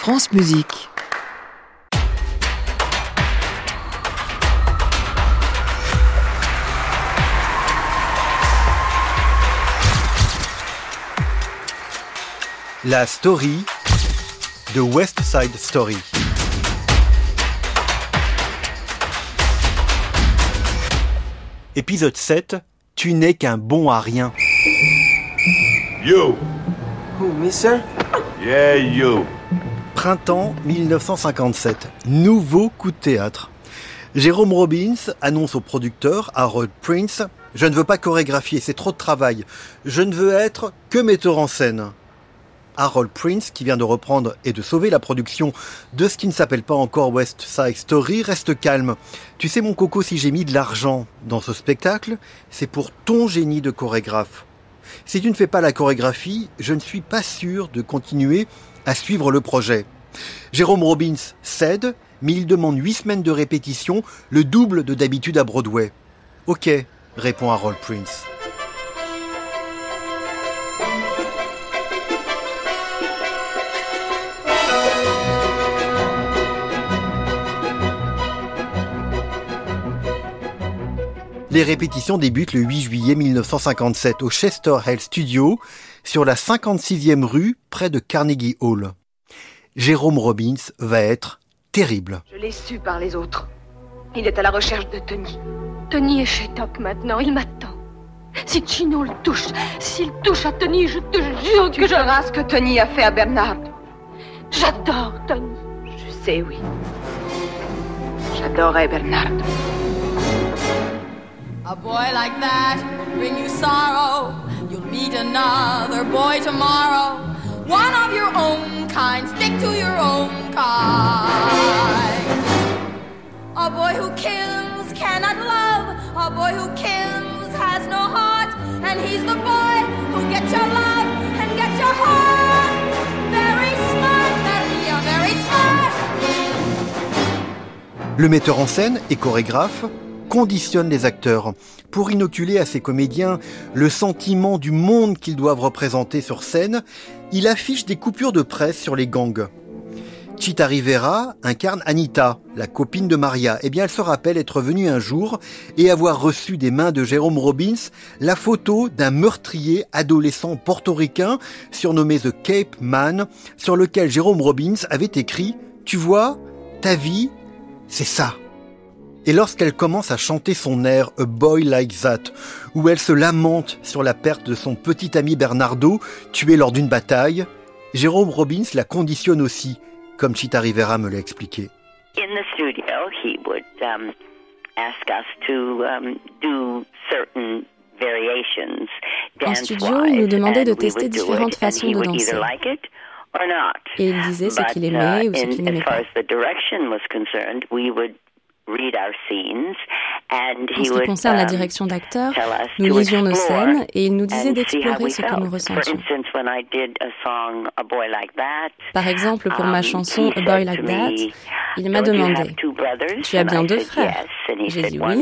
France Musique. La story de West Side Story. Épisode 7, tu n'es qu'un bon à rien. You. Who, me, sir? Yeah, you. Printemps 1957, nouveau coup de théâtre. Jérôme Robbins annonce au producteur Harold Prince « Je ne veux pas chorégraphier, c'est trop de travail. Je ne veux être que metteur en scène. » Harold Prince, qui vient de reprendre et de sauver la production de ce qui ne s'appelle pas encore West Side Story, reste calme. « Tu sais mon coco, si j'ai mis de l'argent dans ce spectacle, c'est pour ton génie de chorégraphe. Si tu ne fais pas la chorégraphie, je ne suis pas sûr de continuer à suivre le projet. » Jérôme Robbins cède, mais il demande 8 semaines de répétition, le double de d'habitude à Broadway. « Ok », répond Harold Prince. Les répétitions débutent le 8 juillet 1957 au Chester Hill Studio, sur la 56e rue, près de Carnegie Hall. Jérôme Robbins va être terrible. Je l'ai su par les autres. Il est à la recherche de Tony. Tony est chez Doc maintenant, il m'attend. Si Gino le touche, s'il touche à Tony, je te jure que je... Tu feras ce que Tony a fait à Bernard. J'adore Tony. Je sais, oui. J'adorais Bernard. A boy like that will bring you sorrow. You'll meet another boy tomorrow. One of your own kind, stick to your own kind. A boy who kills cannot love. A boy who kills has no heart. And he's the boy who gets your love and gets your heart. Very smart, Maria, very smart. Le metteur en scène et chorégraphe conditionne les acteurs pour inoculer à ses comédiens le sentiment du monde qu'ils doivent représenter sur scène. Il affiche des coupures de presse sur les gangs. Chita Rivera incarne Anita, la copine de Maria. Eh bien, elle se rappelle être venue un jour et avoir reçu des mains de Jérôme Robbins la photo d'un meurtrier adolescent portoricain surnommé The Cape Man, sur lequel Jérôme Robbins avait écrit « Tu vois, ta vie, c'est ça ». Et lorsqu'elle commence à chanter son air « A Boy Like That », où elle se lamente sur la perte de son petit ami Bernardo, tué lors d'une bataille, Jérôme Robbins la conditionne aussi, comme Chita Rivera me l'a expliqué. In the studio, he would ask us to do certain variations. En studio, il nous demandait de tester différentes façons de danser. Et il disait ce qu'il aimait ou ce qu'il n'aimait pas. En ce qui concerne la direction d'acteur, nous lisions nos scènes et il nous disait d'explorer ce que nous ressentions. Par exemple, pour ma chanson A Boy Like That, il m'a demandé « Tu as bien 2 frères ?» J'ai dit « Oui ».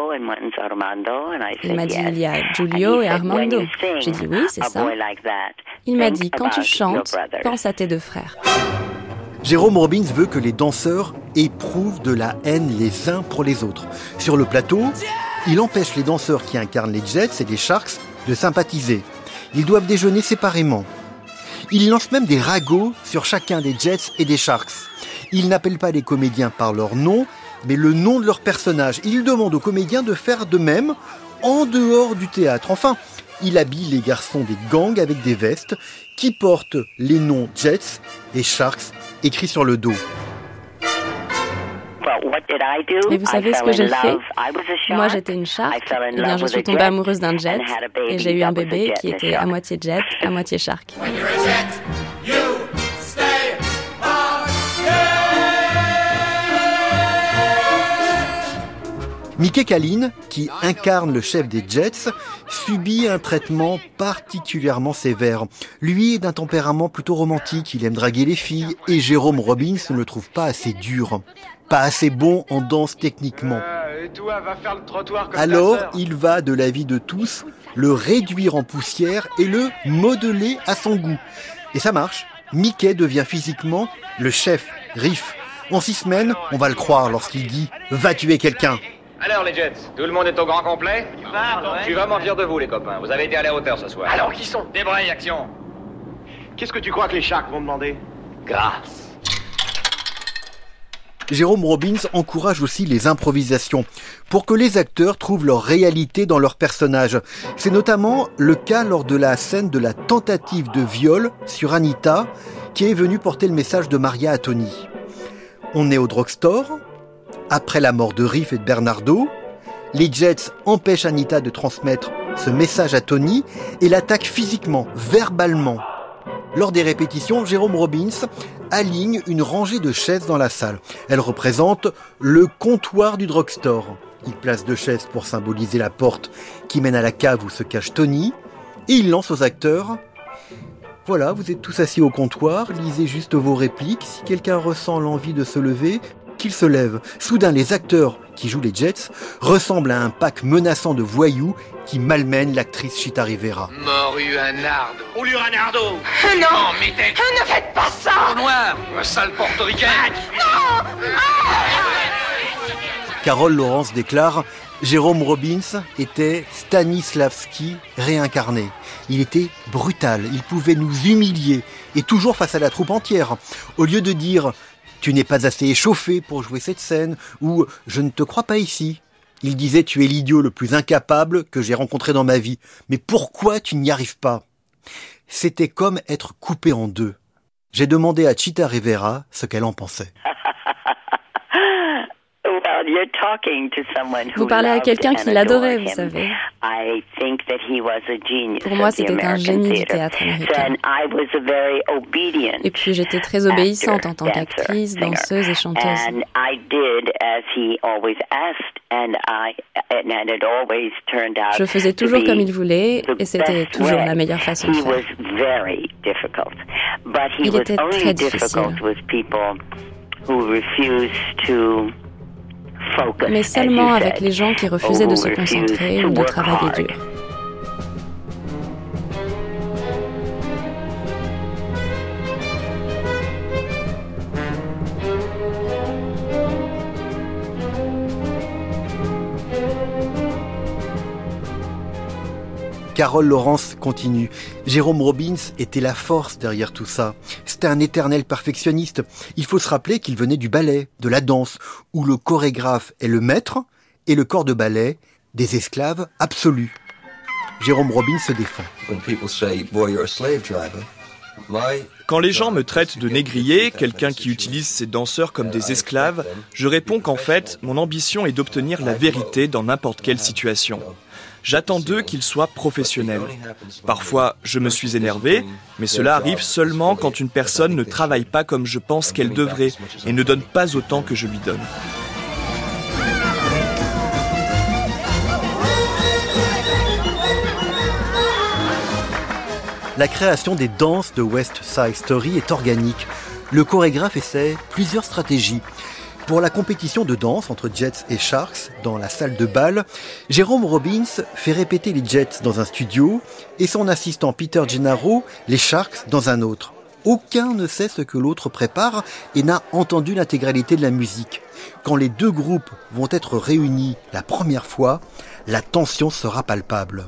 Il m'a dit « Il y a Giulio et Armando ». J'ai dit « Oui, c'est ça ». Il m'a dit « Quand tu chantes, pense à tes 2 frères ». Jérôme Robbins veut que les danseurs éprouvent de la haine les uns pour les autres. Sur le plateau, il empêche les danseurs qui incarnent les Jets et les Sharks de sympathiser. Ils doivent déjeuner séparément. Il lance même des ragots sur chacun des Jets et des Sharks. Il n'appelle pas les comédiens par leur nom, mais le nom de leur personnage. Il demande aux comédiens de faire de même en dehors du théâtre. Enfin, il habille les garçons des gangs avec des vestes qui portent les noms Jets et Sharks écrits sur le dos. Et vous savez ce que j'ai fait ? Moi, j'étais une shark. Eh bien, je suis tombée amoureuse d'un jet et j'ai eu un bébé qui était à moitié jet, à moitié shark. Mickey Kalin, qui incarne le chef des Jets, subit un traitement particulièrement sévère. Lui est d'un tempérament plutôt romantique, il aime draguer les filles, et Jérôme Robbins ne le trouve pas assez dur, pas assez bon en danse techniquement. Alors, il va de l'avis de tous le réduire en poussière et le modeler à son goût. Et ça marche. Mickey devient physiquement le chef, Riff. En 6 semaines, on va le croire lorsqu'il dit « Va tuer quelqu'un ». Alors les Jets, tout le monde est au grand complet? Je suis vraiment fier de vous les copains, vous avez été à la hauteur ce soir. Alors qui sont? Débraye, action. Qu'est-ce que tu crois que les Sharks vont demander? Grâce. Jérôme Robbins encourage aussi les improvisations pour que les acteurs trouvent leur réalité dans leurs personnages. C'est notamment le cas lors de la scène de la tentative de viol sur Anita qui est venue porter le message de Maria à Tony. On est au drugstore, après la mort de Riff et de Bernardo, les Jets empêchent Anita de transmettre ce message à Tony et l'attaquent physiquement, verbalement. Lors des répétitions, Jérôme Robbins aligne une rangée de chaises dans la salle. Elle représente le comptoir du drugstore. Il place 2 chaises pour symboliser la porte qui mène à la cave où se cache Tony. Et il lance aux acteurs « Voilà, vous êtes tous assis au comptoir, lisez juste vos répliques. Si quelqu'un ressent l'envie de se lever, qu'il se lève. » Soudain, les acteurs qui jouent les Jets ressemblent à un pack menaçant de voyous qui malmène l'actrice Chita Rivera. Moruanardo. Ou Luranardo. Non, mais Ne faites pas ça! noir, un sale portoricain. Carole Laurence déclare « Jérôme Robbins était Stanislavski réincarné. Il était brutal, il pouvait nous humilier, et toujours face à la troupe entière. Au lieu de dire « Tu n'es pas assez échauffé pour jouer cette scène » ou « Je ne te crois pas ici », il disait « Tu es l'idiot le plus incapable que j'ai rencontré dans ma vie. Mais pourquoi tu n'y arrives pas ?» C'était comme être coupé en deux. J'ai demandé à Chita Rivera ce qu'elle en pensait. Vous parlez à quelqu'un qui l'adorait, vous savez. Pour moi, c'était un génie du théâtre américain. Et puis, j'étais très obéissante en tant qu'actrice, danseuse et chanteuse. Je faisais toujours comme il voulait, et c'était toujours la meilleure façon de faire. Il était très difficile. Mais seulement avec les gens qui refusaient de se concentrer ou de travailler dur. Carole Laurence continue. Jérôme Robbins était la force derrière tout ça. C'était un éternel perfectionniste. Il faut se rappeler qu'il venait du ballet, de la danse, où le chorégraphe est le maître et le corps de ballet des esclaves absolus. Jérôme Robbins se défend. Quand les gens me traitent de négrier, quelqu'un qui utilise ses danseurs comme des esclaves, je réponds qu'en fait, mon ambition est d'obtenir la vérité dans n'importe quelle situation. J'attends d'eux qu'ils soient professionnels. Parfois, je me suis énervé, mais cela arrive seulement quand une personne ne travaille pas comme je pense qu'elle devrait et ne donne pas autant que je lui donne. La création des danses de West Side Story est organique. Le chorégraphe essaie plusieurs stratégies. Pour la compétition de danse entre Jets et Sharks dans la salle de bal, Jérôme Robbins fait répéter les Jets dans un studio et son assistant Peter Gennaro les Sharks dans un autre. Aucun ne sait ce que l'autre prépare et n'a entendu l'intégralité de la musique. Quand les 2 groupes vont être réunis la première fois, la tension sera palpable.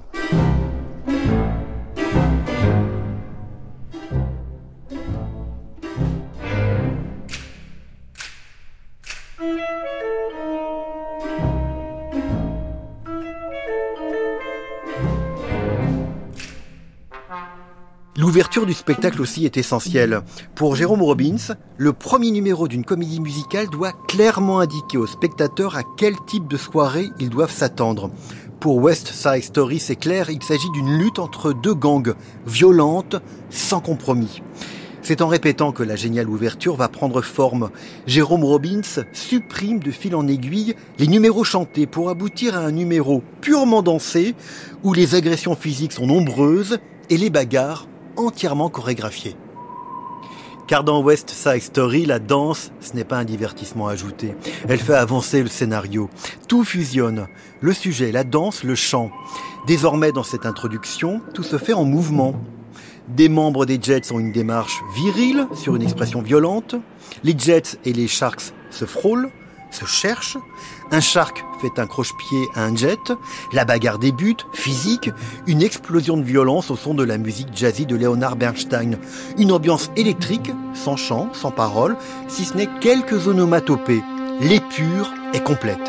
L'ouverture du spectacle aussi est essentielle. Pour Jérôme Robbins, le premier numéro d'une comédie musicale doit clairement indiquer aux spectateurs à quel type de soirée ils doivent s'attendre. Pour West Side Story, c'est clair, il s'agit d'une lutte entre 2 gangs, violentes, sans compromis. C'est en répétant que la géniale ouverture va prendre forme. Jérôme Robbins supprime de fil en aiguille les numéros chantés pour aboutir à un numéro purement dansé où les agressions physiques sont nombreuses et les bagarres entièrement chorégraphiées. Car dans West Side Story, la danse, ce n'est pas un divertissement ajouté. Elle fait avancer le scénario. Tout fusionne. Le sujet, la danse, le chant. Désormais, dans cette introduction, tout se fait en mouvement. Des membres des Jets ont une démarche virile sur une expression violente. Les Jets et les Sharks se frôlent, se cherchent. Un Shark fait un croche-pied à un Jet. La bagarre débute, physique. Une explosion de violence au son de la musique jazzy de Leonard Bernstein. Une ambiance électrique, sans chant, sans paroles, si ce n'est quelques onomatopées. L'épure est complète.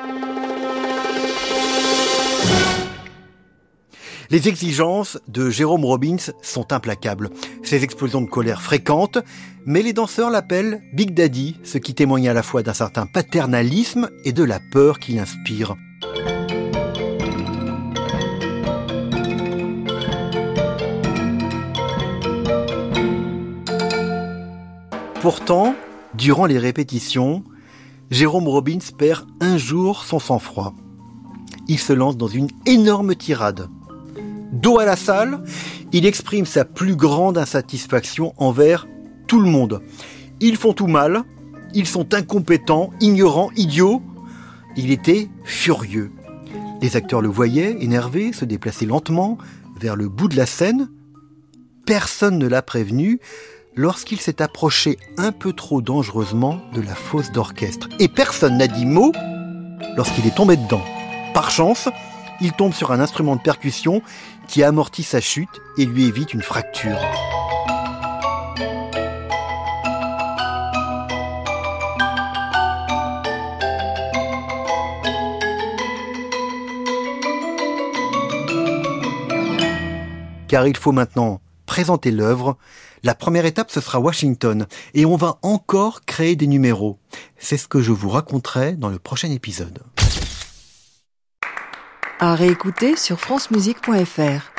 Les exigences de Jérôme Robbins sont implacables. Ses explosions de colère fréquentes, mais les danseurs l'appellent Big Daddy, ce qui témoigne à la fois d'un certain paternalisme et de la peur qu'il inspire. Pourtant, durant les répétitions, Jérôme Robbins perd un jour son sang-froid. Il se lance dans une énorme tirade. Dos à la salle, il exprime sa plus grande insatisfaction envers tout le monde. Ils font tout mal, ils sont incompétents, ignorants, idiots. Il était furieux. Les acteurs le voyaient, énervés, se déplacer lentement vers le bout de la scène. Personne ne l'a prévenu lorsqu'il s'est approché un peu trop dangereusement de la fosse d'orchestre. Et personne n'a dit mot lorsqu'il est tombé dedans. Par chance, il tombe sur un instrument de percussion qui amortit sa chute et lui évite une fracture. Car il faut maintenant présenter l'œuvre. La première étape, ce sera Washington. Et on va encore créer des numéros. C'est ce que je vous raconterai dans le prochain épisode. À réécouter sur francemusique.fr.